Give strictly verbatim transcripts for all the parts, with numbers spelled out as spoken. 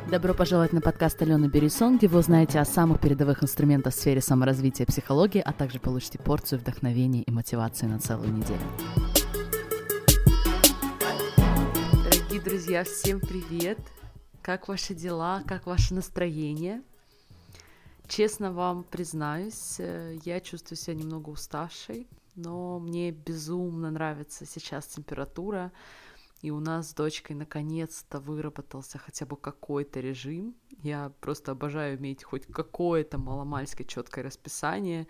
Добро пожаловать на подкаст Алены Берисон, где вы узнаете о самых передовых инструментах в сфере саморазвития и психологии, а также получите порцию вдохновения и мотивации на целую неделю. Дорогие друзья, всем привет! Как ваши дела? Как ваше настроение? Честно вам признаюсь, я чувствую себя немного уставшей, но мне безумно нравится сейчас температура, и у нас с дочкой наконец-то выработался хотя бы какой-то режим. Я просто обожаю иметь хоть какое-то маломальски четкое расписание.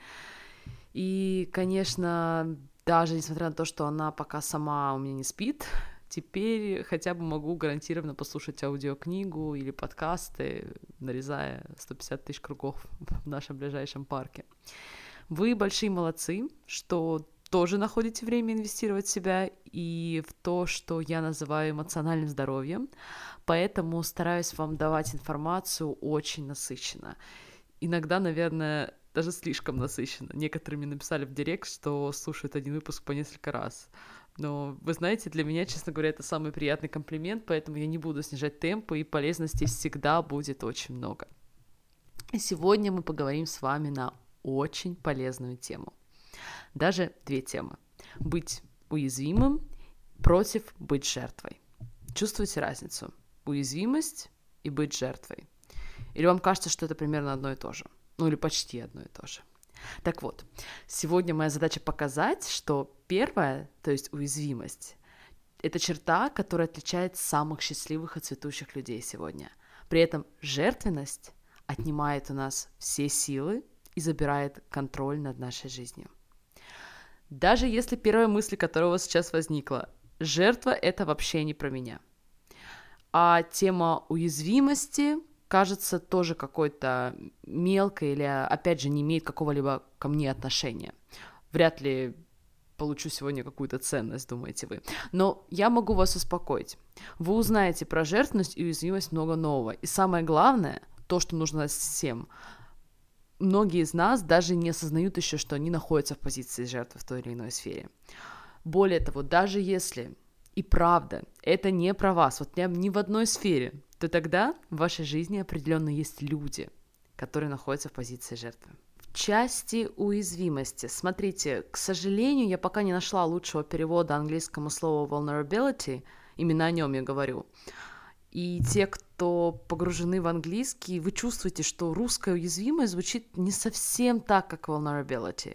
И, конечно, даже несмотря на то, что она пока сама у меня не спит, теперь хотя бы могу гарантированно послушать аудиокнигу или подкасты, нарезая сто пятьдесят тысяч кругов в нашем ближайшем парке. Вы большие молодцы, что тоже находите время инвестировать в себя и в то, что я называю эмоциональным здоровьем, поэтому стараюсь вам давать информацию очень насыщенно. Иногда, наверное, даже слишком насыщенно. Некоторые мне написали в директ, что слушают один выпуск по несколько раз. Но, вы знаете, для меня, честно говоря, это самый приятный комплимент, поэтому я не буду снижать темпы, и полезности всегда будет очень много. И сегодня мы поговорим с вами на очень полезную тему. Даже две темы. Быть уязвимым против быть жертвой. Чувствуете разницу? Уязвимость и быть жертвой. Или вам кажется, что это примерно одно и то же? Ну или почти одно и то же. Так вот, сегодня моя задача показать, что первое, то есть уязвимость, это черта, которая отличает самых счастливых и цветущих людей сегодня. При этом жертвенность отнимает у нас все силы и забирает контроль над нашей жизнью. Даже если первая мысль, которая у вас сейчас возникла, жертва — это вообще не про меня. А тема уязвимости, кажется, тоже какой-то мелкой или, опять же, не имеет какого-либо ко мне отношения. Вряд ли получу сегодня какую-то ценность, думаете вы. Но я могу вас успокоить. Вы узнаете про жертвенность и уязвимость много нового. И самое главное, то, что нужно всем — многие из нас даже не осознают еще, что они находятся в позиции жертвы в той или иной сфере. Более того, даже если и правда это не про вас, вот прям ни в одной сфере, то тогда в вашей жизни определенно есть люди, которые находятся в позиции жертвы. В части уязвимости, смотрите, к сожалению, я пока не нашла лучшего перевода английскому слову vulnerability, именно о нем я говорю. И те, кто погружены в английский, вы чувствуете, что русская уязвимость звучит не совсем так, как vulnerability.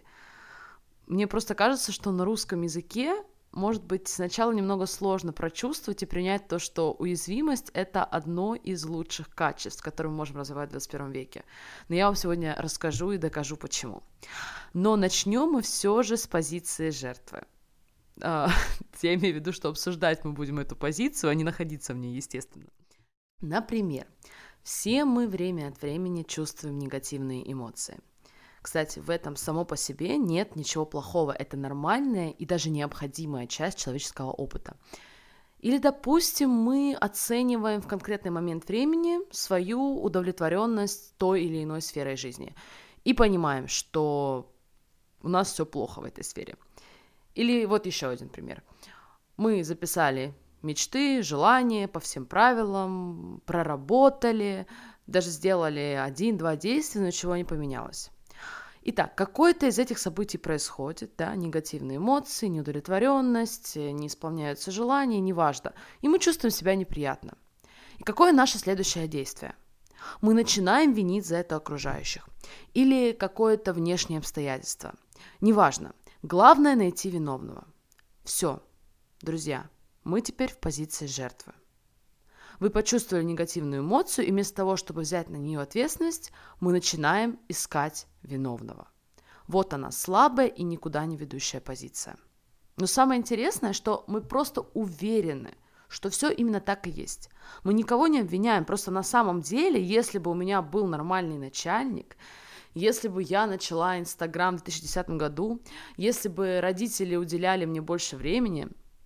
Мне просто кажется, что на русском языке может быть сначала немного сложно прочувствовать и принять то, что уязвимость — это одно из лучших качеств, которые мы можем развивать в двадцать первом веке. Но я вам сегодня расскажу и докажу, почему. Но начнем мы все же с позиции жертвы. Я имею в виду, что обсуждать мы будем эту позицию, а не находиться в ней, естественно. Например, все мы время от времени чувствуем негативные эмоции. Кстати, в этом само по себе нет ничего плохого, это нормальная и даже необходимая часть человеческого опыта. Или, допустим, мы оцениваем в конкретный момент времени свою удовлетворенность той или иной сферой жизни и понимаем, что у нас все плохо в этой сфере. Или вот еще один пример. Мы записали мечты, желания по всем правилам, проработали, даже сделали один-два действия, но ничего не поменялось. Итак, какое-то из этих событий происходит, да, негативные эмоции, неудовлетворенность, не исполняются желания, неважно, и мы чувствуем себя неприятно. И какое наше следующее действие? Мы начинаем винить за это окружающих или какое-то внешнее обстоятельство. Неважно. Главное — найти виновного. Все, друзья, мы теперь в позиции жертвы. Вы почувствовали негативную эмоцию, и вместо того, чтобы взять на нее ответственность, мы начинаем искать виновного. Вот она, слабая и никуда не ведущая позиция. Но самое интересное, что мы просто уверены, что все именно так и есть. Мы никого не обвиняем, просто на самом деле, если бы у меня был нормальный начальник, если бы я начала Инстаграм в две тысячи десятом году, если бы родители уделяли мне больше времени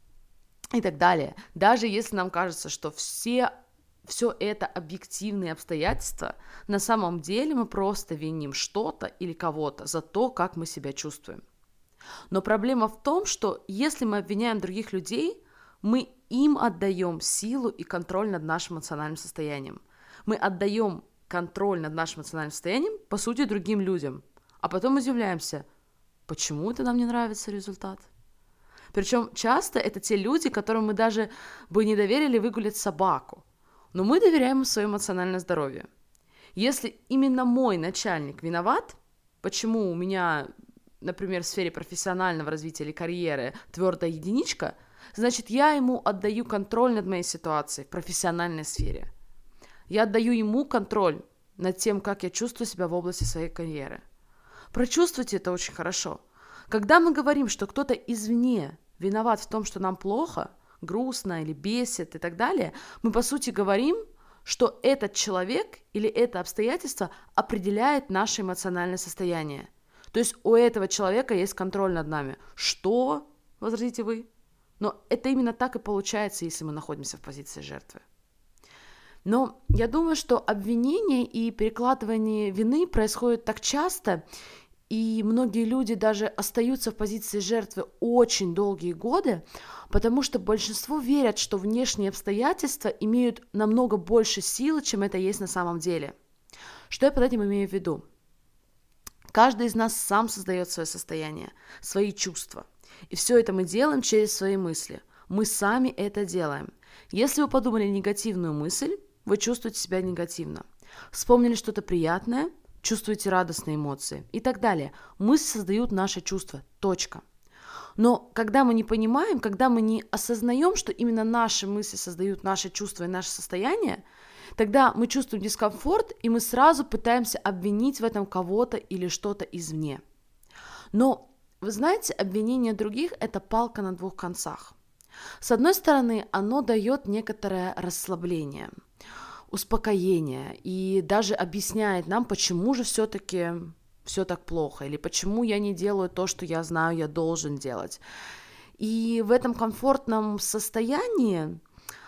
и так далее, даже если нам кажется, что все, все это объективные обстоятельства, на самом деле мы просто виним что-то или кого-то за то, как мы себя чувствуем. Но проблема в том, что если мы обвиняем других людей, мы им отдаем силу и контроль над нашим эмоциональным состоянием. Мы отдаем контроль над нашим эмоциональным состоянием, по сути, другим людям. А потом удивляемся, почему это нам не нравится результат. Причем часто это те люди, которым мы даже бы не доверили выгулять собаку. Но мы доверяем им свое эмоциональное здоровье. Если именно мой начальник виноват, почему у меня, например, в сфере профессионального развития или карьеры твердая единичка, значит, я ему отдаю контроль над моей ситуацией в профессиональной сфере. Я отдаю ему контроль над тем, как я чувствую себя в области своей карьеры. Прочувствуйте это очень хорошо. Когда мы говорим, что кто-то извне виноват в том, что нам плохо, грустно или бесит и так далее, мы по сути говорим, что этот человек или это обстоятельство определяет наше эмоциональное состояние. То есть у этого человека есть контроль над нами. Что? Возразите вы? Но это именно так и получается, если мы находимся в позиции жертвы. Но я думаю, что обвинение и перекладывание вины происходит так часто, и многие люди даже остаются в позиции жертвы очень долгие годы, потому что большинство верят, что внешние обстоятельства имеют намного больше силы, чем это есть на самом деле. Что я под этим имею в виду? Каждый из нас сам создает свое состояние, свои чувства. И все это мы делаем через свои мысли. Мы сами это делаем. Если вы подумали негативную мысль, вы чувствуете себя негативно. Вспомнили что-то приятное, чувствуете радостные эмоции и так далее. Мысли создают наши чувства. Точка. Но когда мы не понимаем, когда мы не осознаем, что именно наши мысли создают наши чувства и наше состояние, тогда мы чувствуем дискомфорт, и мы сразу пытаемся обвинить в этом кого-то или что-то извне. Но, вы знаете, обвинение других – это палка на двух концах. С одной стороны, оно дает некоторое расслабление, успокоение и даже объясняет нам, почему же все-таки все так плохо, или почему я не делаю то, что я знаю, я должен делать. И в этом комфортном состоянии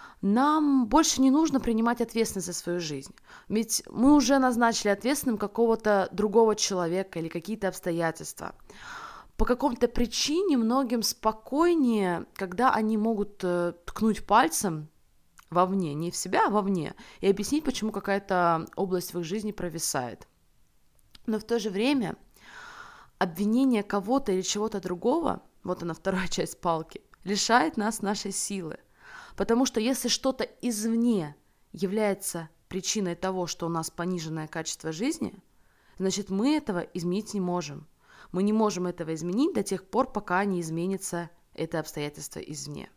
нам больше не нужно принимать ответственность за свою жизнь. Ведь мы уже назначили ответственным какого-то другого человека или какие-то обстоятельства. По какой-то причине многим спокойнее, когда они могут э, ткнуть пальцем вовне, не в себя, а вовне, и объяснить, почему какая-то область в их жизни провисает. Но в то же время обвинение кого-то или чего-то другого, вот она вторая часть палки, лишает нас нашей силы. Потому что если что-то извне является причиной того, что у нас пониженное качество жизни, значит, мы этого изменить не можем. Мы не можем этого изменить до тех пор, пока не изменится это обстоятельство извне.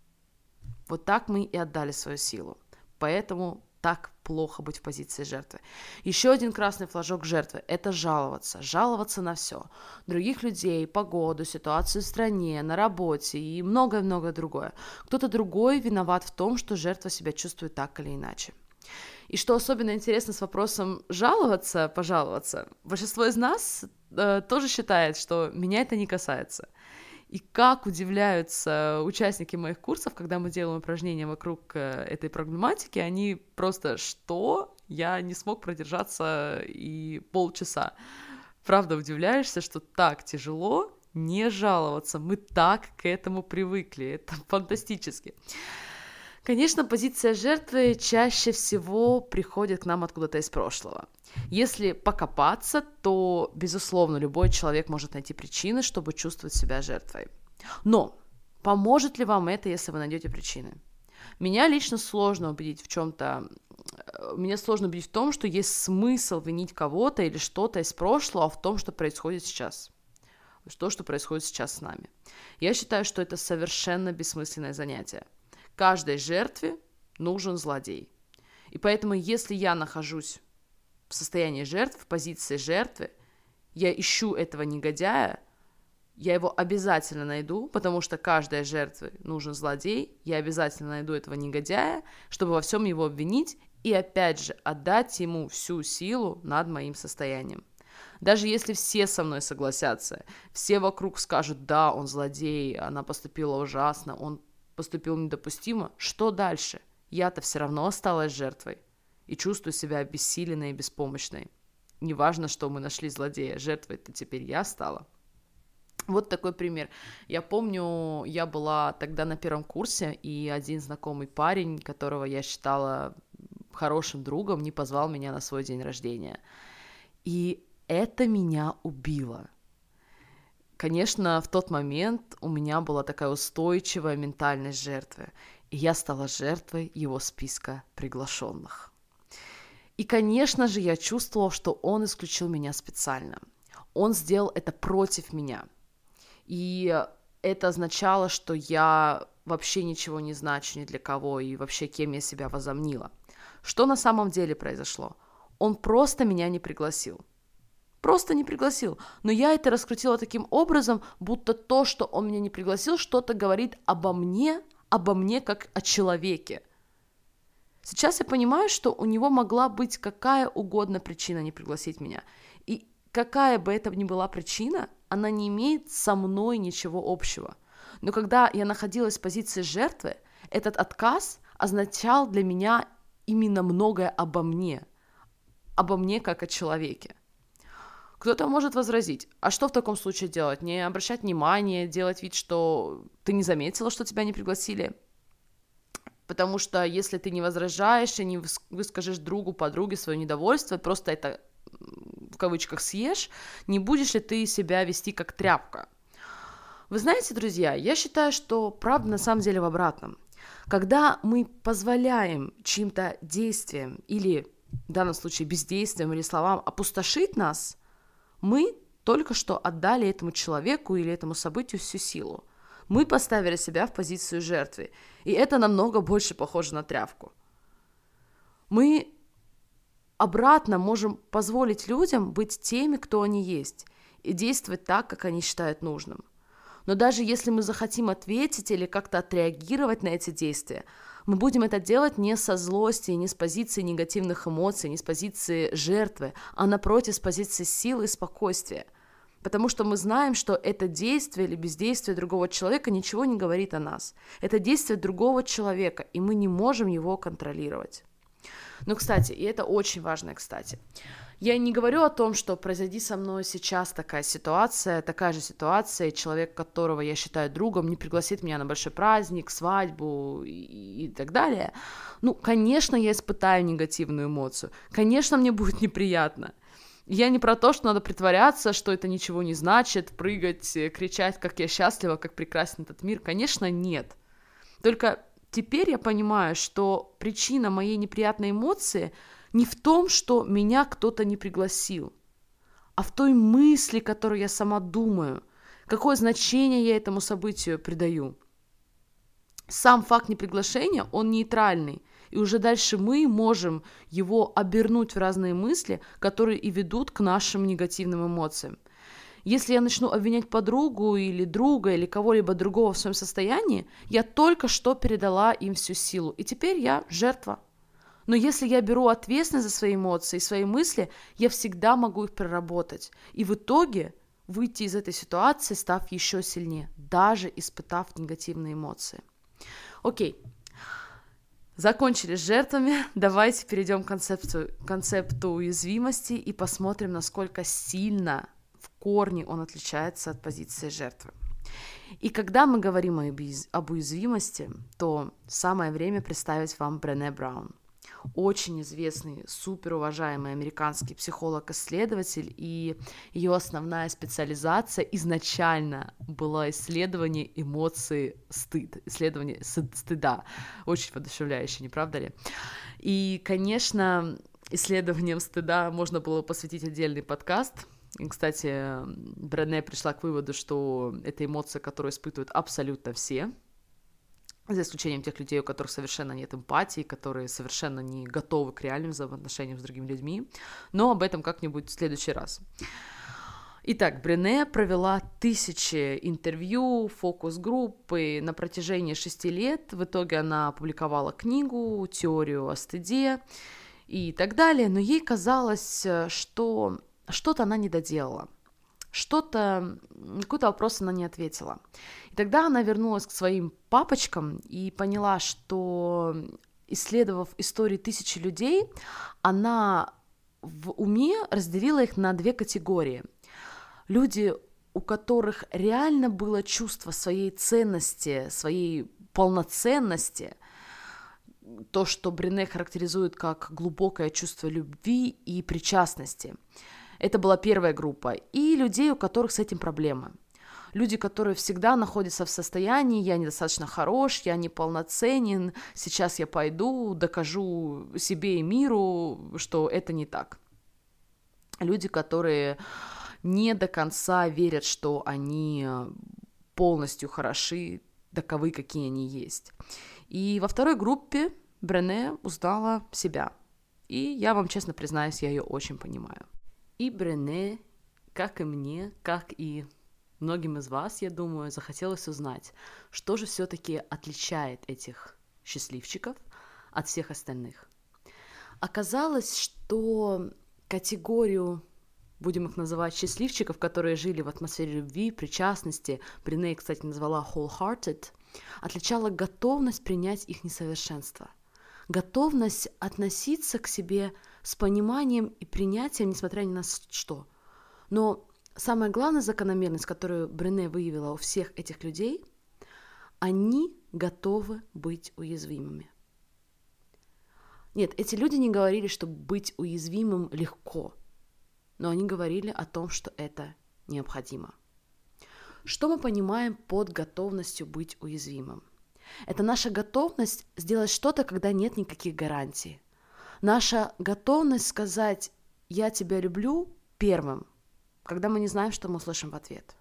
Вот так мы и отдали свою силу. Поэтому так плохо быть в позиции жертвы. Еще один красный флажок жертвы – это жаловаться. Жаловаться на все. Других людей, погоду, ситуацию в стране, на работе и многое-многое другое. Кто-то другой виноват в том, что жертва себя чувствует так или иначе. И что особенно интересно с вопросом жаловаться, пожаловаться, большинство из нас э, тоже считает, что меня это не касается. И как удивляются участники моих курсов, когда мы делаем упражнения вокруг этой проблематики, они просто, что? Я не смог продержаться и полчаса. Правда, удивляешься, что так тяжело не жаловаться. Мы так к этому привыкли. Это фантастически. Конечно, позиция жертвы чаще всего приходит к нам откуда-то из прошлого. Если покопаться, то, безусловно, любой человек может найти причины, чтобы чувствовать себя жертвой. Но поможет ли вам это, если вы найдете причины? Меня лично сложно убедить в чем-то, меня сложно убедить в том, что есть смысл винить кого-то или что-то из прошлого в том, что происходит сейчас. То, что происходит сейчас с нами. Я считаю, что это совершенно бессмысленное занятие. Каждой жертве нужен злодей. И поэтому, если я нахожусь в состоянии жертвы, в позиции жертвы, я ищу этого негодяя, я его обязательно найду, потому что каждой жертве нужен злодей, я обязательно найду этого негодяя, чтобы во всем его обвинить и опять же отдать ему всю силу над моим состоянием. Даже если все со мной согласятся, все вокруг скажут, да, он злодей, она поступила ужасно, он поступил недопустимо, что дальше? Я-то все равно осталась жертвой и чувствую себя обессиленной и беспомощной. Неважно, что мы нашли злодея, жертвой-то теперь я стала. Вот такой пример. Я помню, я была тогда на первом курсе, и один знакомый парень, которого я считала хорошим другом не позвал меня на свой день рождения. И это меня убило. Конечно, в тот момент у меня была такая устойчивая ментальность жертвы, и я стала жертвой его списка приглашенных. И, конечно же, я чувствовала, что он исключил меня специально. Он сделал это против меня. И это означало, что я вообще ничего не значу ни для кого, и вообще кем я себя возомнила. Что на самом деле произошло? Он просто меня не пригласил. Просто не пригласил. Но я это раскрутила таким образом, будто то, что он меня не пригласил, что-то говорит обо мне, обо мне как о человеке. Сейчас я понимаю, что у него могла быть какая угодно причина не пригласить меня. И какая бы это ни была причина, она не имеет со мной ничего общего. Но когда я находилась в позиции жертвы, этот отказ означал для меня именно многое обо мне. Обо мне как о человеке. Кто-то может возразить, а что в таком случае делать? Не обращать внимания, делать вид, что ты не заметила, что тебя не пригласили? Потому что если ты не возражаешь и не выскажешь другу, подруге свое недовольство, просто это в кавычках съешь, не будешь ли ты себя вести как тряпка? Вы знаете, друзья, я считаю, что правда на самом деле в обратном. Когда мы позволяем чьим-то действиям или, в данном случае, бездействием или словам опустошить нас, мы только что отдали этому человеку или этому событию всю силу. Мы поставили себя в позицию жертвы, и это намного больше похоже на тряпку. Мы обратно можем позволить людям быть теми, кто они есть, и действовать так, как они считают нужным. Но даже если мы захотим ответить или как-то отреагировать на эти действия, мы будем это делать не со злости, не с позиции негативных эмоций, не с позиции жертвы, а напротив, с позиции силы и спокойствия. Потому что мы знаем, что это действие или бездействие другого человека ничего не говорит о нас. Это действие другого человека, и мы не можем его контролировать. Ну, кстати, и это очень важно, кстати. Я не говорю о том, что произойди со мной сейчас такая ситуация, такая же ситуация, и человек, которого я считаю другом, не пригласит меня на большой праздник, свадьбу и, и так далее. Ну, конечно, я испытаю негативную эмоцию. Конечно, мне будет неприятно. Я не про то, что надо притворяться, что это ничего не значит, прыгать, кричать, как я счастлива, как прекрасен этот мир. Конечно, нет. Только теперь я понимаю, что причина моей неприятной эмоции не в том, что меня кто-то не пригласил, а в той мысли, которую я сама думаю, какое значение я этому событию придаю. Сам факт неприглашения, он нейтральный, и уже дальше мы можем его обернуть в разные мысли, которые и ведут к нашим негативным эмоциям. Если я начну обвинять подругу или друга, или кого-либо другого в своем состоянии, я только что передала им всю силу, и теперь я жертва. Но если я беру ответственность за свои эмоции и свои мысли, я всегда могу их проработать. И в итоге выйти из этой ситуации, став еще сильнее, даже испытав негативные эмоции. Окей. Закончили с жертвами, давайте перейдем к концепту, концепту уязвимости и посмотрим, насколько сильно в корне он отличается от позиции жертвы. И когда мы говорим об уязвимости, то самое время представить вам Брене Браун. Очень известный, суперуважаемый американский психолог-исследователь, и ее основная специализация изначально была исследование эмоций стыд, исследование стыда. Очень воодушевляюще, не правда ли? И, конечно, исследованием стыда можно было посвятить отдельный подкаст. И, кстати, Брене пришла к выводу, что это эмоция, которую испытывают абсолютно все, за исключением тех людей, у которых совершенно нет эмпатии, которые совершенно не готовы к реальным взаимоотношениям с другими людьми. Но об этом как-нибудь в следующий раз. Итак, Брене провела тысячи интервью, фокус-группы на протяжении шести лет. В итоге она опубликовала книгу «Теорию о стыде» и так далее. Но ей казалось, что что-то она не доделала. Что-то, какой-то вопрос она не ответила. И тогда она вернулась к своим папочкам и поняла, что, исследовав истории тысячи людей, она в уме разделила их на две категории. Люди, у которых реально было чувство своей ценности, своей полноценности, то, что Брене характеризует как глубокое чувство любви и причастности. Это была первая группа. И людей, у которых с этим проблемы. Люди, которые всегда находятся в состоянии «я недостаточно хорош, я неполноценен, сейчас я пойду, докажу себе и миру, что это не так». Люди, которые не до конца верят, что они полностью хороши, таковы, какие они есть. И во второй группе Брене узнала себя. И я вам честно признаюсь, я ее очень понимаю. И Брене, как и мне, как и многим из вас, я думаю, захотелось узнать, что же все-таки отличает этих счастливчиков от всех остальных. Оказалось, что категорию, будем их называть, счастливчиков, которые жили в атмосфере любви, причастности, Брене, кстати, назвала wholehearted, отличала готовность принять их несовершенство, готовность относиться к себе с пониманием и принятием, несмотря ни на что. Но самая главная закономерность, которую Брене выявила у всех этих людей, они готовы быть уязвимыми. Нет, эти люди не говорили, что быть уязвимым легко, но они говорили о том, что это необходимо. Что мы понимаем под готовностью быть уязвимым? Это наша готовность сделать что-то, когда нет никаких гарантий. Наша готовность сказать «я тебя люблю» первым, когда мы не знаем, что мы услышим в ответ.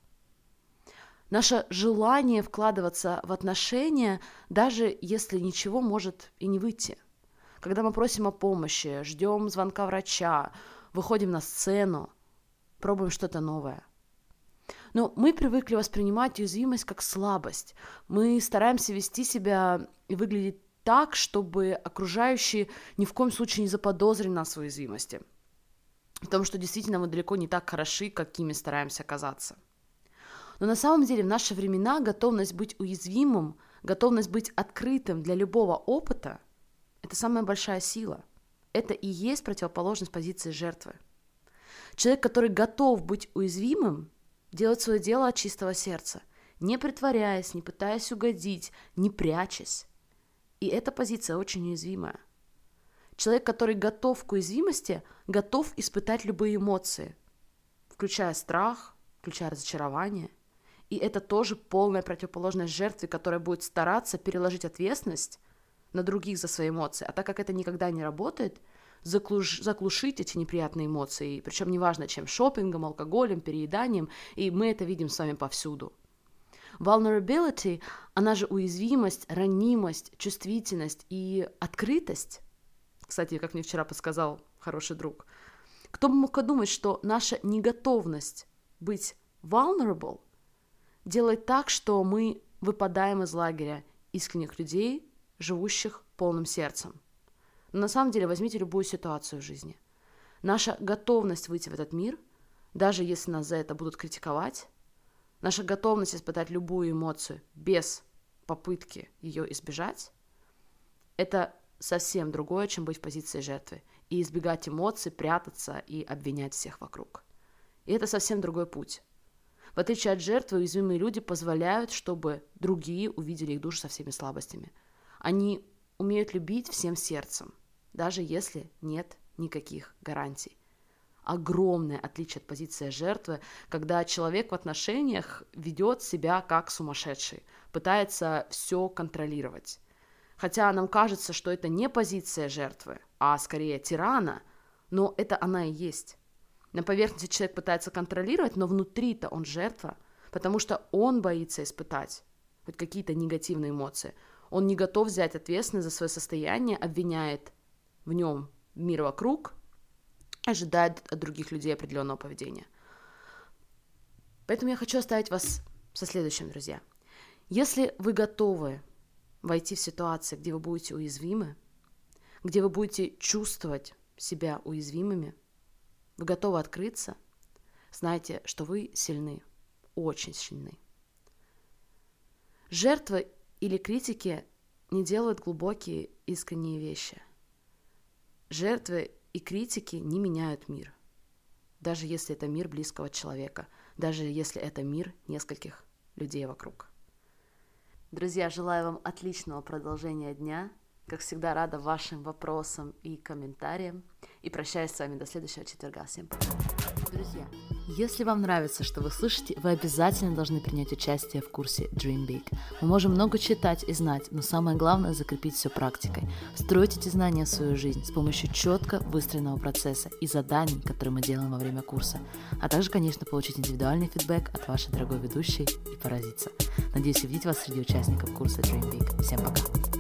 Наше желание вкладываться в отношения, даже если ничего может и не выйти. Когда мы просим о помощи, ждем звонка врача, выходим на сцену, пробуем что-то новое. Но мы привыкли воспринимать уязвимость как слабость. Мы стараемся вести себя и выглядеть так, чтобы окружающие ни в коем случае не заподозрили нас в уязвимости. Потому что действительно мы далеко не так хороши, какими стараемся казаться. Но на самом деле в наши времена готовность быть уязвимым, готовность быть открытым для любого опыта – это самая большая сила. Это и есть противоположность позиции жертвы. Человек, который готов быть уязвимым, делает свое дело от чистого сердца, не притворяясь, не пытаясь угодить, не прячась. И эта позиция очень уязвимая. Человек, который готов к уязвимости, готов испытать любые эмоции, включая страх, включая разочарование. И это тоже полная противоположность жертве, которая будет стараться переложить ответственность на других за свои эмоции. А так как это никогда не работает, заглуш... заглушить эти неприятные эмоции, причем неважно чем, шопингом, алкоголем, перееданием, и мы это видим с вами повсюду. Vulnerability, она же уязвимость, ранимость, чувствительность и открытость. Кстати, как мне вчера подсказал хороший друг, кто бы мог подумать, что наша неготовность быть vulnerable делает так, что мы выпадаем из лагеря искренних людей, живущих полным сердцем. Но на самом деле возьмите любую ситуацию в жизни. Наша готовность выйти в этот мир, даже если нас за это будут критиковать, наша готовность испытать любую эмоцию без попытки ее избежать, это совсем другое, чем быть в позиции жертвы и избегать эмоций, прятаться и обвинять всех вокруг. И это совсем другой путь. В отличие от жертвы, уязвимые люди позволяют, чтобы другие увидели их душу со всеми слабостями. Они умеют любить всем сердцем, даже если нет никаких гарантий. Огромное отличие от позиции жертвы, когда человек в отношениях ведет себя как сумасшедший, пытается все контролировать. Хотя нам кажется, что это не позиция жертвы, а скорее тирана, но это она и есть. На поверхности человек пытается контролировать, но внутри-то он жертва, потому что он боится испытать хоть какие-то негативные эмоции. Он не готов взять ответственность за свое состояние, обвиняет в нем мир вокруг, ожидает от других людей определенного поведения. Поэтому я хочу оставить вас со следующим, друзья. Если вы готовы войти в ситуации, где вы будете уязвимы, где вы будете чувствовать себя уязвимыми, вы готовы открыться, знайте, что вы сильны, очень сильны. Жертвы или критики не делают глубокие, искренние вещи. Жертвы и критики не меняют мир, даже если это мир близкого человека, даже если это мир нескольких людей вокруг. Друзья, желаю вам отличного продолжения дня. Как всегда, рада вашим вопросам и комментариям. И прощаюсь с вами до следующего четверга. Всем пока. Друзья, если вам нравится, что вы слышите, вы обязательно должны принять участие в курсе Dream Big. Мы можем много читать и знать, но самое главное – закрепить все практикой. Строить эти знания в свою жизнь с помощью четко выстроенного процесса и заданий, которые мы делаем во время курса. А также, конечно, получить индивидуальный фидбэк от вашей дорогой ведущей и поразиться. Надеюсь увидеть вас среди участников курса Dream Big. Всем пока!